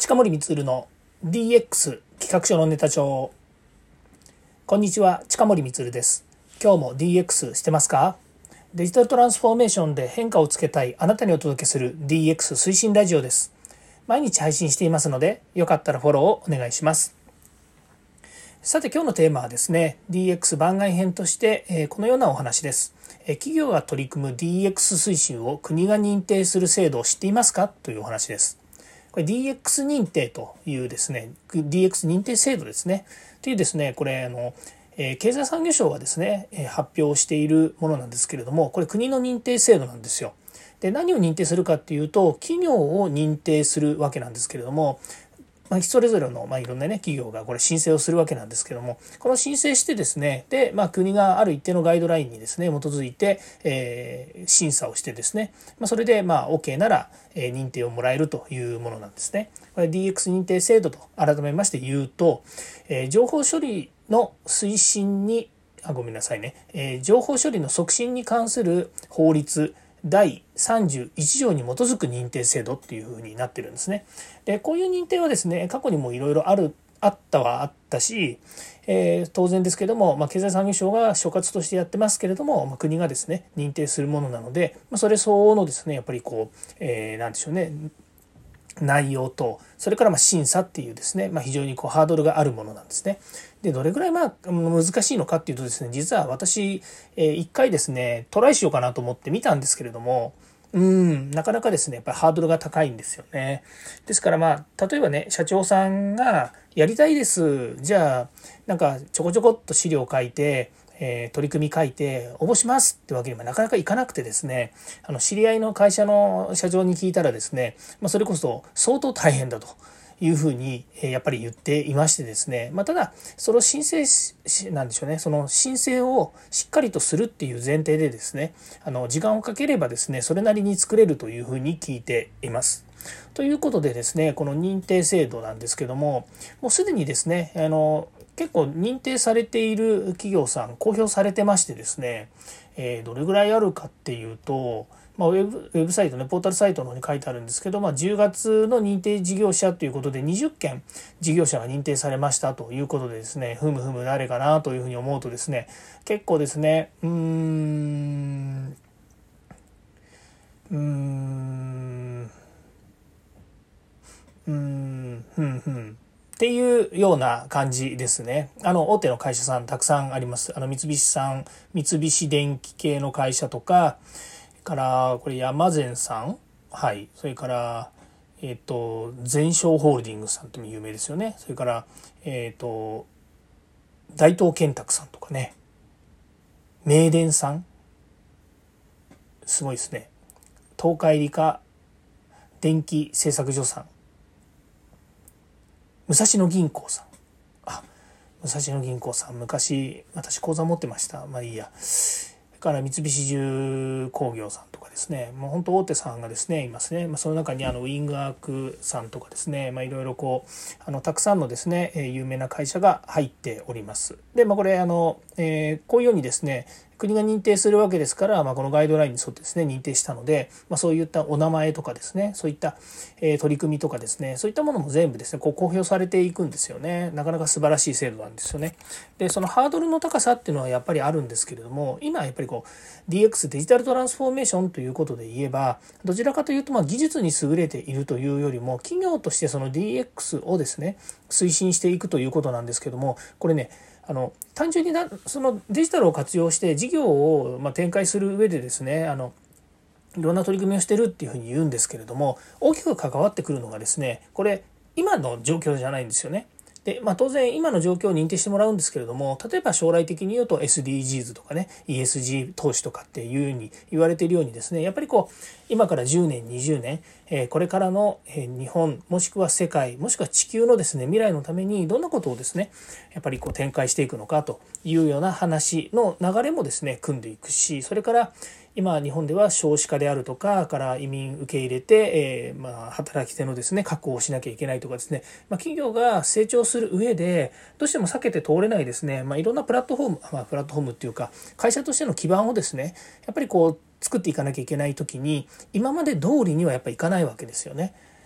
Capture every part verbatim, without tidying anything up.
近森光の ディーエックス 企画書のネタ帳。こんにちは、近森光です。今日も ディーエックス してますか？デジタルトランスフォーメーションで変化をつけたいあなたにお届けする ディーエックス 推進ラジオです。毎日配信していますので、よかったらフォローをお願いします。さて今日のテーマはですね、 ディーエックス 番外編としてこのようなお話です。企業が取り組む ディーエックス 推進を国が認定する制度を知っていますかというお話です。これ ディーエックス 認定というですね、 ディーエックス 認定制度ですねというですね、これあの経済産業省がですね発表しているものなんですけれども、これ国の認定制度なんですよ。で、何を認定するかっていうと、企業を認定するわけなんですけれども、まあ、それぞれの、まあ、いろんなね企業がこれ申請をするわけなんですけども、この申請してですね、で、まあ、国がある一定のガイドラインにですね基づいて、えー、審査をしてですね、まあ、それでまあ OK なら、えー、認定をもらえるというものなんですね。これ ディーエックス 認定制度と改めまして言うと、えー、情報処理の推進にあごめんなさいね、えー、情報処理の促進に関する法律だいさんじゅういち条に基づく認定制度っていう風になってるんですね。で、こういう認定はですね、過去にもいろいろあるあったはあったし、えー、当然ですけども、まあ、経済産業省が所轄としてやってますけれども、まあ、国がですね認定するものなので、まあ、それ相応のですねやっぱりこう、えー、なんでしょうね、内容と、それからまあ審査っていうですね、まあ、非常にこうハードルがあるものなんですね。で、どれぐらいまあ難しいのかっていうとですね、実は私、えー、一回ですねトライしようかなと思って見たんですけれども、うんなかなかですねやっぱりハードルが高いんですよね。ですからまあ例えばね、社長さんがやりたいです、じゃあなんかちょこちょこっと資料を書いて、えー、取り組み書いて応募しますってわけにもなかなかいかなくてですね、あの知り合いの会社の社長に聞いたらですね、まあ、それこそ相当大変だというふうにやっぱり言っていましてですね、まあ、ただその申請なんでしょうね、その申請をしっかりとするっていう前提でですね、あの時間をかければですねそれなりに作れるというふうに聞いています。ということでですね、この認定制度なんですけども、もうすでにですねあの結構認定されている企業さん公表されてましてですね、えー、どれぐらいあるかっていうと、まあ、ウェブ、ウェブサイトね、ポータルサイトの方に書いてあるんですけど、まあ、じゅうがつの認定事業者ということでにじゅっけん事業者が認定されましたということでですね、ふむふむ誰かなというふうに思うとですね、結構ですね、うーん、うーん、うーん、ふんふん。っていうような感じですね。あの大手の会社さんたくさんあります。あの三菱さん、三菱電機系の会社とか、からこれ山善さん、はい、それからえっ、と全商ホールディングスさんっても有名ですよね。それからえっ、と大東建託さんとかね、名電さん、すごいですね。東海理科電気製作所さん、武蔵野銀行さん、あ武蔵野銀行さん昔私口座持ってました。まあいいや。それから三菱重工業さんとかですね、もう本当大手さんがですねいますね。まあ、その中にあのウィングアークさんとかですね、まあ、いろいろこうあのたくさんのですね有名な会社が入っております。で、まあ、これあの、えー、こういうようにですね国が認定するわけですから、まあ、このガイドラインに沿ってですね認定したので、まあ、そういったお名前とかですね、そういった、えー、取り組みとかですね、そういったものも全部ですねこう公表されていくんですよね。なかなか素晴らしい制度なんですよね。で、そのハードルの高さっていうのはやっぱりあるんですけれども、今やっぱりこう ディーエックス デジタルトランスフォーメーションということで言えば、どちらかというとまあ技術に優れているというよりも、企業としてその ディーエックス をですね推進していくということなんですけども、これねあの単純になそのデジタルを活用して事業をまあ展開する上でですね、あのいろんな取り組みをしてるっていうふうに言うんですけれども、大きく関わってくるのがですね、これ今の状況じゃないんですよね。で、まあ、当然今の状況を認定してもらうんですけれども、例えば将来的に言うと エスディージーズ とかね イーエスジー 投資とかっていうふうに言われているようにですね、やっぱりこう今からじゅうねんにじゅうねん、えー、これからの日本もしくは世界もしくは地球のですね未来のためにどんなことをですねやっぱりこう展開していくのかというような話の流れもですね組んでいくし、それから今日本では少子化であるとかから移民受け入れて、えー、まあ働き手のですね確保をしなきゃいけないとかですね、まあ、企業が成長する上でどうしても避けて通れないですね、まあ、いろんなプラットフォーム、まあ、プラットフォームっていうか会社としての基盤をですねやっぱりこう作っていかなきゃいけない時に今まで通りにはやっぱりいかないわけですよね。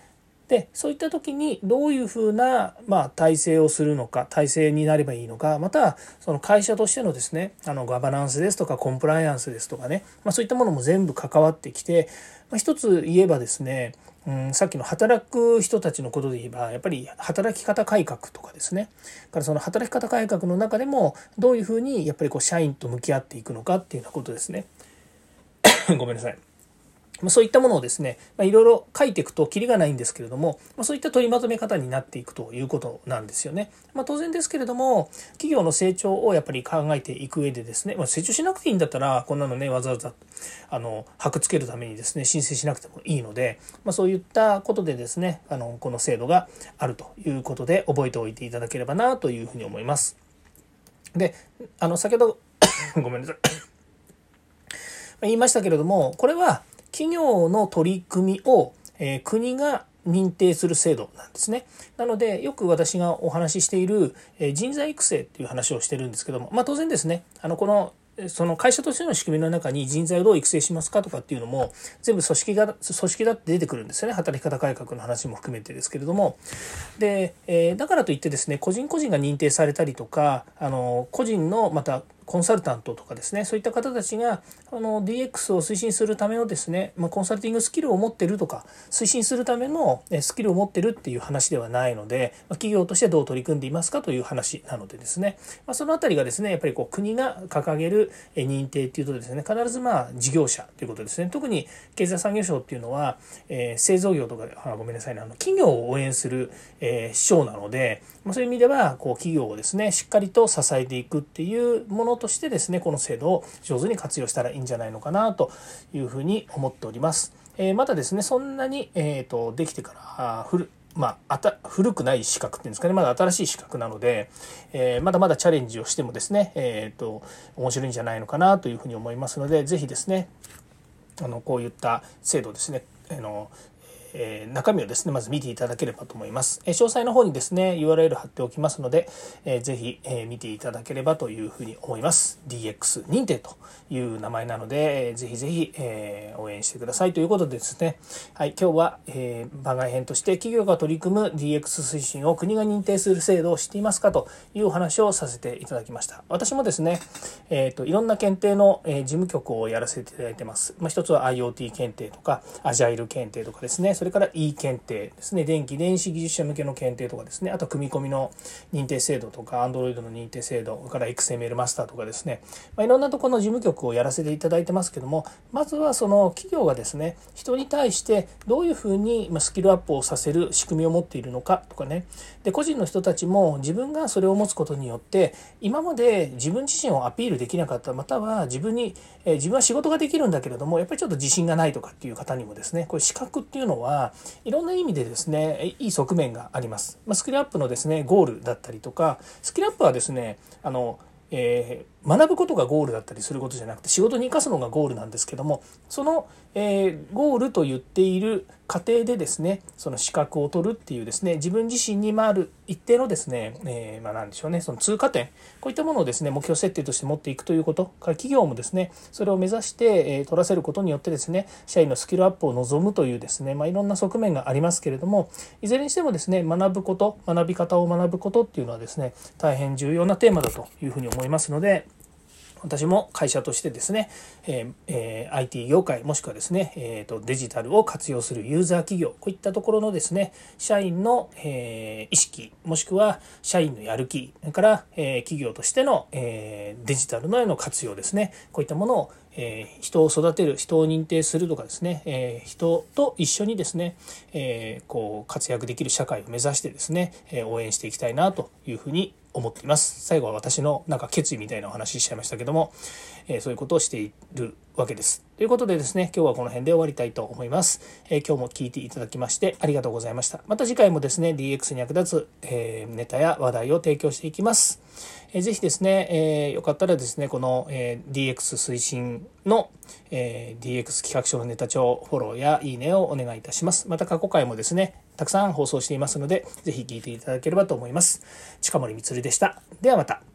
でそういった時にどういうふうな、まあ、体制をするのか、体制になればいいのか、またその会社としてのですね、あのガバナンスですとかコンプライアンスですとかね、まあ、そういったものも全部関わってきて、まあ、一つ言えばですね、うん、さっきの働く人たちのことで言えばやっぱり働き方改革とかですね、からその働き方改革の中でもどういうふうにやっぱりこう社員と向き合っていくのかっていうようなことですねごめんなさい。そういったものをですね、いろいろ書いていくとキリがないんですけれども、そういった取りまとめ方になっていくということなんですよね。まあ、当然ですけれども、企業の成長をやっぱり考えていく上でですね、まあ、成長しなくていいんだったら、こんなのね、わざわざあの箔つけるためにですね、申請しなくてもいいので、まあ、そういったことでですね、あのこの制度があるということで覚えておいていただければなというふうに思います。で、あの先ほどごめんなさい言いましたけれども、これは企業の取り組みを、えー、国が認定する制度なんですね。なのでよく私がお話ししている、えー、人材育成っていう話をしてるんですけども、まあ、当然ですね、あのこのその会社としての仕組みの中に人材をどう育成しますかとかっていうのも全部組織が組織だって出てくるんですよね。働き方改革の話も含めてですけれども、で、えー、だからといってですね、個人個人が認定されたりとか、あの個人のまたコンサルタントとかですね、そういった方たちがあの ディーエックス を推進するためのですね、まあ、コンサルティングスキルを持ってるとか推進するためのスキルを持ってるっていう話ではないので、まあ、企業としてどう取り組んでいますかという話なのでですね、まあ、そのあたりがですね、やっぱりこう国が掲げる認定っていうとですね、必ずまあ事業者ということですね。特に経済産業省っていうのは、えー、製造業とかあごめんなさいね、あの企業を応援する、えー、省なので、まあ、そういう意味ではこう企業をですねしっかりと支えていくっていうものとしてですね、この制度を上手に活用したらいいんじゃないのかなというふうに思っております。えー、またですね、そんなに、えー、とできてから古まあ、あた古くない資格っていうんですかね、まだ新しい資格なので、えー、まだまだチャレンジをしてもですね、えー、と面白いんじゃないのかなというふうに思いますので、ぜひですね、あのこういった制度ですね、あのえー、中身をですねまず見ていただければと思います。えー、詳細の方にですね ユーアールエル 貼っておきますので、えー、ぜひ、えー、見ていただければというふうに思います。 ディーエックス 認定という名前なので、えー、ぜひぜひ、えー、応援してくださいということでですね、はい、今日は、えー、番外編として企業が取り組む ディーエックス 推進を国が認定する制度を知っていますかというお話をさせていただきました。私もですね、えーと、いろんな検定の、えー、事務局をやらせていただいてます。まあ、一つは アイオーティー 検定とかアジャイル検定とかですね、それから E 検定ですね、電気電子技術者向けの検定とかですね、あと組み込みの認定制度とか Android の認定制度、それから エックスエムエル マスターとかですね、まあ、いろんなところの事務局をやらせていただいてますけども、まずはその企業がですね、人に対してどういうふうにスキルアップをさせる仕組みを持っているのかとかね、で個人の人たちも自分がそれを持つことによって今まで自分自身をアピールできなかった、または自分に、えー、自分は仕事ができるんだけれどもやっぱりちょっと自信がないとかっていう方にもですね、これ資格っていうのはいろんな意味でですねいい側面があります。まあ、スキルアップのですねゴールだったりとか、スキルアップはですねあのえー、学ぶことがゴールだったりすることじゃなくて仕事に生かすのがゴールなんですけども、その、えー、ゴールと言っている過程でですね、その資格を取るっていうですね、自分自身にある一定のですね、えー、まあ何でしょうね、その通過点、こういったものをですね目標設定として持っていくということから企業もですねそれを目指して、えー、取らせることによってですね社員のスキルアップを望むというですね、まあ、いろんな側面がありますけれども、いずれにしてもですね学ぶこと、学び方を学ぶことっていうのはですね大変重要なテーマだというふうに思いますので、私も会社としてですね、えーえー、アイティー 業界もしくはですね、えーと、デジタルを活用するユーザー企業、こういったところのですね社員の、えー、意識もしくは社員のやる気、それから、えー、企業としての、えー、デジタルのへの活用ですね、こういったものをえー、人を育てる、人を認定するとかですね、えー、人と一緒にですね、えー、こう活躍できる社会を目指してですね、えー、応援していきたいなというふうに思っています。最後は私のなんか決意みたいなお話ししちゃいましたけども、えー、そういうことをしているわけです。ということでですね、今日はこの辺で終わりたいと思います。えー、今日も聞いていただきましてありがとうございました。また次回もですね ディーエックス に役立つ、えー、ネタや話題を提供していきます。えー、ぜひですね、えー、よかったらですねこの、えー、ディーエックス 推進の、えー、ディーエックス 企画書のネタ帳フォローやいいねをお願いいたします。また過去回もですねたくさん放送していますのでぜひ聞いていただければと思います。近森光でした。ではまた。